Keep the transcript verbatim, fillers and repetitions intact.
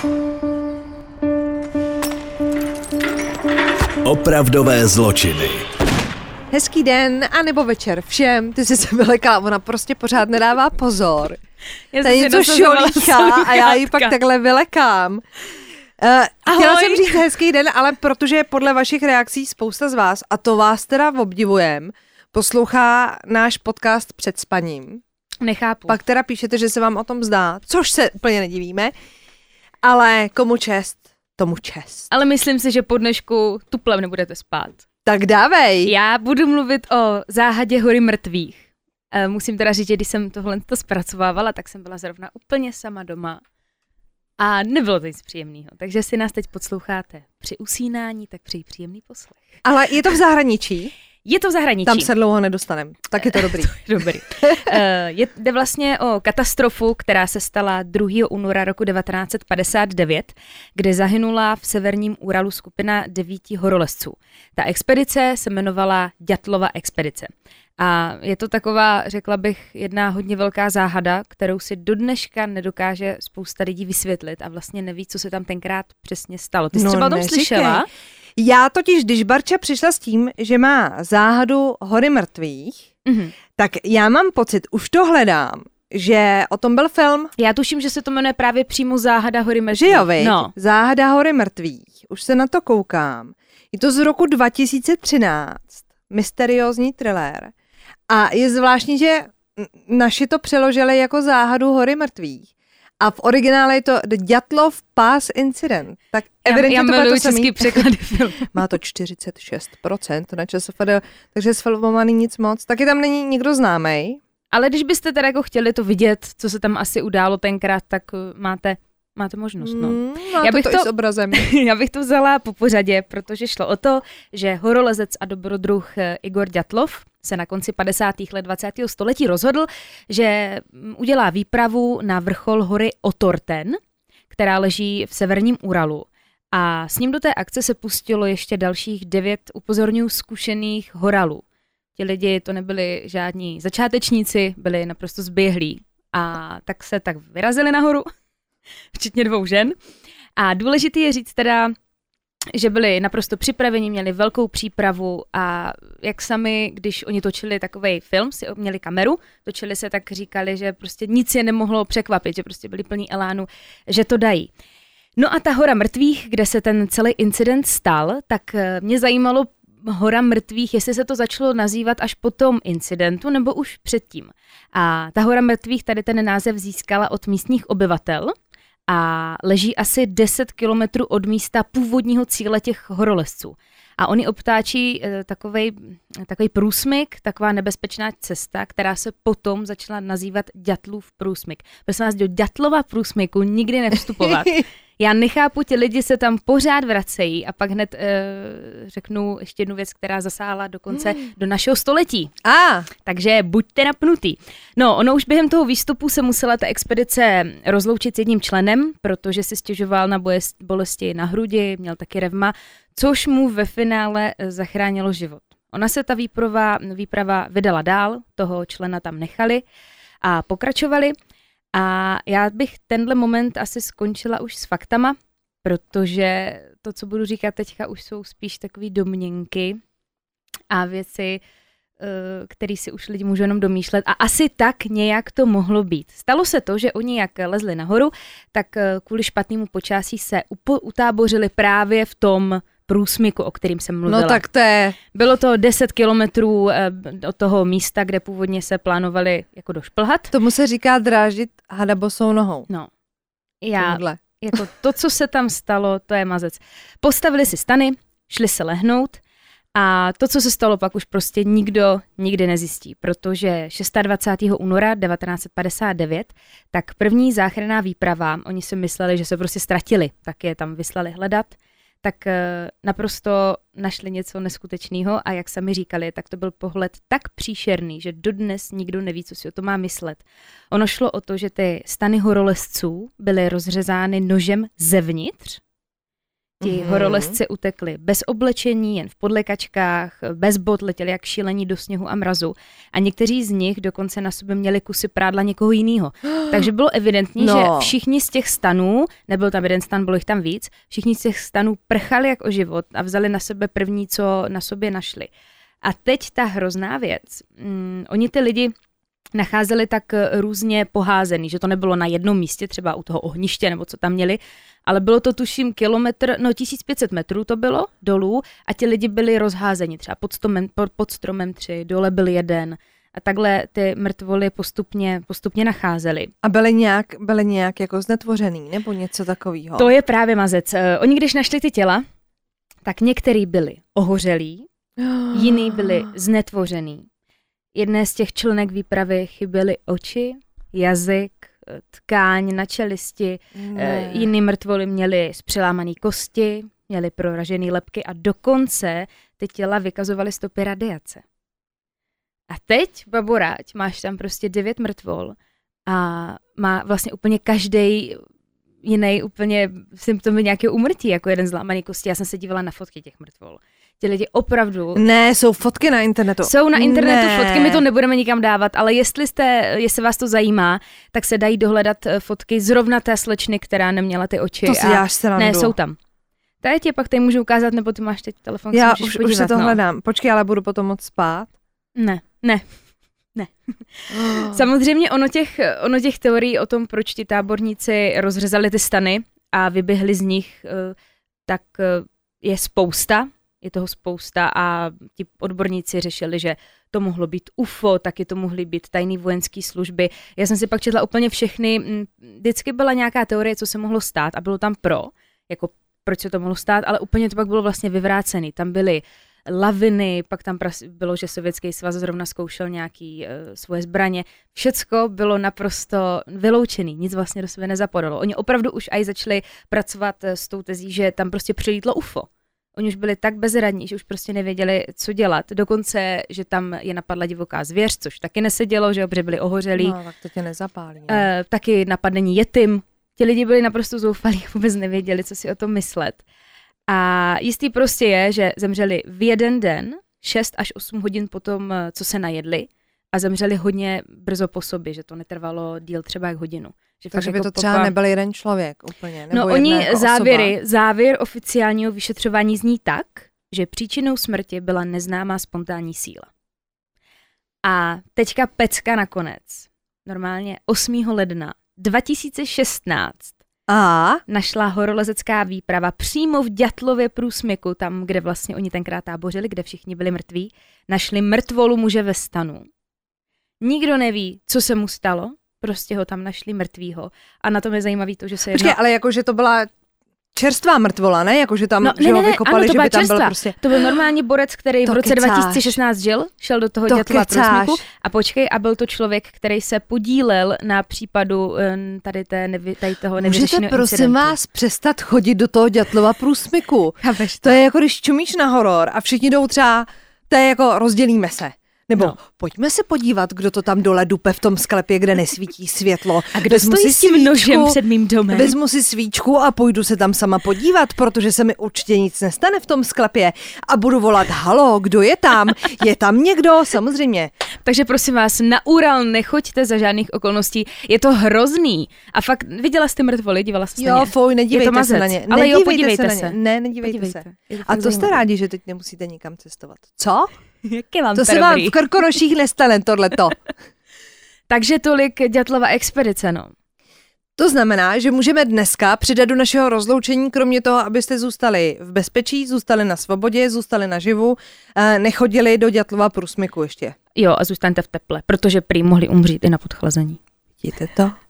Opravdové zločiny. Hezký den, anebo večer všem. Ty jsi se vylekala, ona prostě pořád nedává pozor. To je něco šolíchá a já ji pak takhle vylekám. Uh, chtěla jsem říct hezký den, ale protože podle vašich reakcí spousta z vás, a to vás teda obdivujem, poslouchá náš podcast před spaním. Nechápu. Pak teda píšete, že se vám o tom zdá, což se úplně nedivíme, ale komu čest, tomu čest. Ale myslím si, že po dnešku tuplem nebudete spát. Tak dávej. Já budu mluvit o záhadě hory mrtvých. E, musím teda říct, že když jsem tohle to zpracovávala, tak jsem byla zrovna úplně sama doma. A nebylo to nic příjemného. Takže si nás teď posloucháte při usínání, tak přeji příjemný poslech. Ale je to v zahraničí? Je to v zahraničí. Tam se dlouho nedostaneme, tak je to dobrý. To je dobrý. Je, jde vlastně o katastrofu, která se stala druhého února roku devatenáct set padesát devět, kde zahynula v severním Uralu skupina devíti horolezců. Ta expedice se jmenovala Ďatlova expedice. A je to taková, řekla bych, jedna hodně velká záhada, kterou si do dneška nedokáže spousta lidí vysvětlit a vlastně neví, co se tam tenkrát přesně stalo. Ty jsi no, třeba o tom neříkej. slyšela? Já totiž, když Barča přišla s tím, že má záhadu hory mrtvých, mm-hmm. tak já mám pocit, už to hledám, že o tom byl film. Já tuším, že se to jmenuje právě přímo Záhada hory mrtvých. Že jo, viď? No. Záhada hory mrtvých. Už se na to koukám. Je to z roku dva tisíce třináct. Mysteriózní thriller. A je zvláštní, že naši to přeložili jako Záhadu hory mrtvých. A v originále je to The Ďatlov Pass Incident. Tak evidentně já, já to miluji to český překlady filmu. Má to čtyřicet šest procent na ČSFD, takže sfilmovaný nic moc. Taky tam není nikdo známej. Ale když byste teda jako chtěli to vidět, co se tam asi událo tenkrát, tak máte, máte možnost. No. Mm, má já bych to, to i s obrazem. Já bych to vzala po pořadě, protože šlo o to, že horolezec a dobrodruh Igor Ďatlov se na konci padesátých let dvacátého století rozhodl, že udělá výpravu na vrchol hory Otorten, která leží v severním Uralu. A s ním do té akce se pustilo ještě dalších devět, upozorňuji, zkušených horalů. Ti lidi to nebyli žádní začátečníci, byli naprosto zběhlí. A tak se tak vyrazili nahoru, včetně dvou žen. A důležité je říct teda, že byli naprosto připraveni, měli velkou přípravu a jak sami, když oni točili takovej film, si měli kameru, točili se, tak říkali, že prostě nic je nemohlo překvapit, že prostě byli plní elánu, že to dají. No a ta hora mrtvých, kde se ten celý incident stal, tak mě zajímalo hora mrtvých, jestli se to začalo nazývat až po tom incidentu nebo už předtím. A ta hora mrtvých tady ten název získala od místních obyvatel, a leží asi deset kilometrů od místa původního cíle těch horolezců. A oni obtáčí e, takovej, takovej průsmyk, taková nebezpečná cesta, která se potom začala nazývat Ďatlův průsmyk. Prosím vás, do Ďatlova průsmyku nikdy nevstupovat. Já nechápu, ti lidi se tam pořád vracejí a pak hned e, řeknu ještě jednu věc, která zasáhla dokonce mm. do našeho století. Ah. Takže buďte napnutý. No, ono už během toho výstupu se musela ta expedice rozloučit s jedním členem, protože si stěžoval na bolesti na hrudi, měl taky revma, což mu ve finále zachránilo život. Ona se ta výprava, výprava vydala dál, toho člena tam nechali a pokračovali. A já bych tenhle moment asi skončila už s faktama, protože to, co budu říkat teďka, už jsou spíš takový domněnky a věci, který si už lidi můžou jenom domýšlet. A asi tak nějak to mohlo být. Stalo se to, že oni jak lezli nahoru, tak kvůli špatnému počasí se utábořili právě v tom průsmyku, o kterým jsem mluvila. No tak to je... Bylo to deset kilometrů od toho místa, kde původně se plánovali jako došplhat. Tomu se říká dráždit hada bosou nohou. No. Já, Tohle. jako to, co se tam stalo, to je mazec. Postavili si stany, šli se lehnout a to, co se stalo, pak už prostě nikdo nikdy nezjistí, protože dvacátého šestého února devatenáct set padesát devět, tak první záchranná výprava, oni si mysleli, že se prostě ztratili, tak je tam vyslali hledat, tak naprosto našli něco neskutečného a jak sami říkali, tak to byl pohled tak příšerný, že dodnes nikdo neví, co si o to má myslet. Ono šlo o to, že ty stany horolezců byly rozřezány nožem zevnitř, Ti mm-hmm. horolezci utekli bez oblečení, jen v podlekačkách, bez bot, letěli jak šílení do sněhu a mrazu. A někteří z nich dokonce na sobě měli kusy prádla někoho jiného. Takže bylo evidentní, no. že všichni z těch stanů, nebyl tam jeden stan, bylo jich tam víc, všichni z těch stanů prchali jak o život a vzali na sebe první, co na sobě našli. A teď ta hrozná věc. Mm, oni ty lidi nacházeli tak různě poházený, že to nebylo na jednom místě, třeba u toho ohniště nebo co tam měli, ale bylo to tuším kilometr, no tisíc pět set metrů to bylo dolů a ti lidi byli rozházeni třeba pod, stomem, pod stromem tři, dole byl jeden a takhle ty mrtvoly postupně, postupně nacházeli. A byly nějak, byly nějak jako znetvořený nebo něco takového? To je právě mazec. Oni když našli ty těla, tak některý byli ohořelí, jiný byli znetvořený. Jedné z těch členek výpravy chyběly oči, jazyk, tkáň na čelisti, ne. Jiný mrtvoly měli zpřelámaný kosti, měli proražený lebky a dokonce ty těla vykazovaly stopy radiace. A teď, baboráť, máš tam prostě devět mrtvol a má vlastně úplně každej jiný úplně symptomy nějakého úmrtí, jako jeden zlámaný kosti. Já jsem se dívala na fotky těch mrtvol. Ti lidi opravdu... Ne, jsou fotky na internetu. Jsou na internetu ne. fotky, my to nebudeme nikam dávat, ale jestli jste, jestli vás to zajímá, tak se dají dohledat fotky zrovna té slečny, která neměla ty oči. To si děláš srandu. Ne, jsou tam. Teď je pak tady můžu ukázat, nebo ty máš teď telefon, já už, podívat, už se to no. hledám. Počkej, ale budu potom moc spát? Ne, ne. Ne. Oh. Samozřejmě ono těch, ono těch teorií o tom, proč ti táborníci rozřezali ty stany a vyběhli z nich, tak je spousta. Je toho spousta a ti odborníci řešili, že to mohlo být U F O, taky to mohly být tajné vojenské služby. Já jsem si pak četla úplně všechny. Vždycky byla nějaká teorie, co se mohlo stát a bylo tam pro, jako proč se to mohlo stát, ale úplně to pak bylo vlastně vyvrácený. Tam byly laviny, pak tam bylo, že Sovětský svaz zrovna zkoušel nějaký uh, svoje zbraně. Všecko bylo naprosto vyloučený, nic vlastně do sebe nezapadalo. Oni opravdu už aj začali pracovat s tou tezí, že tam prostě přilítlo U F O. Oni už byli tak bezradní, že už prostě nevěděli, co dělat. Dokonce, že tam je napadla divoká zvěř, což taky nesedělo, že protože byli ohořelí. No, tak to tě nezapálí. Ne? E, taky napadení jetim. Ti lidi byli naprosto zoufalí, vůbec nevěděli, co si o tom myslet. A jistý prostě je, že zemřeli v jeden den, šest až osm hodin potom, co se najedli a zemřeli hodně brzo po sobě, že to netrvalo díl třeba jak hodinu. Že Takže by jako to třeba popa... nebyl jeden člověk úplně, nebo No jedna oni jako závěry, osoba. závěr oficiálního vyšetřování zní tak, že příčinou smrti byla neznámá spontánní síla. A teďka pecka nakonec. Normálně osmého ledna dva tisíce šestnáct A našla horolezecká výprava přímo v Ďatlově průsmyku, tam, kde vlastně oni tenkrát tábořili, kde všichni byli mrtví, našli mrtvolu muže ve stanu. Nikdo neví, co se mu stalo, prostě ho tam našli mrtvýho. A na tom je zajímavý to, že se jedná... Počkej, ale jakože to byla čerstvá mrtvola, ne? Jakože tam, no, že ne, ho ne, vykopali, ano, to že byla by tam čerstvá. byl prostě... To byl normální borec, který to v roce kecáš. dva tisíce šestnáct žil, šel do toho To Ďatlova kecáš. průsmyku a počkej, a byl to člověk, který se podílel na případu tady, té nevy, tady toho nevyřešeného Můžete prosím incidentu. vás přestat chodit do toho Ďatlova průsmyku. Chápeš To je jako když čumíš na horor a všichni jdou třeba, to je jako rozdělíme se. Nebo no. Pojďme se podívat, kdo to tam dole dupe v tom sklepě, kde nesvítí světlo. A kdo Vezmu stojí si s tím nožem svíčku, před mým domem? Vezmu si svíčku a půjdu se tam sama podívat, protože se mi určitě nic nestane v tom sklepě. A budu volat, halo, kdo je tam? Je tam někdo? Samozřejmě. Takže prosím vás, na Ural nechoďte za žádných okolností. Je to hrozný. A fakt, viděla jste mrtvoly, dívala jste Jo, na ně? fuj, nedívejte se na ně. Ale jo, Nedívejte podívejte se. se. Na ně. Ne, nedívejte podívejte. se. A to jste rádi, že teď nemusíte nikam cestovat. Co? Jaký vám To se vám v Krkonoších nestane, tohleto. Takže tolik Ďatlova expedice, no. To znamená, že můžeme dneska přidat do našeho rozloučení, kromě toho, abyste zůstali v bezpečí, zůstali na svobodě, zůstali naživu, nechodili do Ďatlova průsmyku ještě. Jo, a zůstaňte v teple, protože prý mohli umřít i na podchlazení. Vidíte to?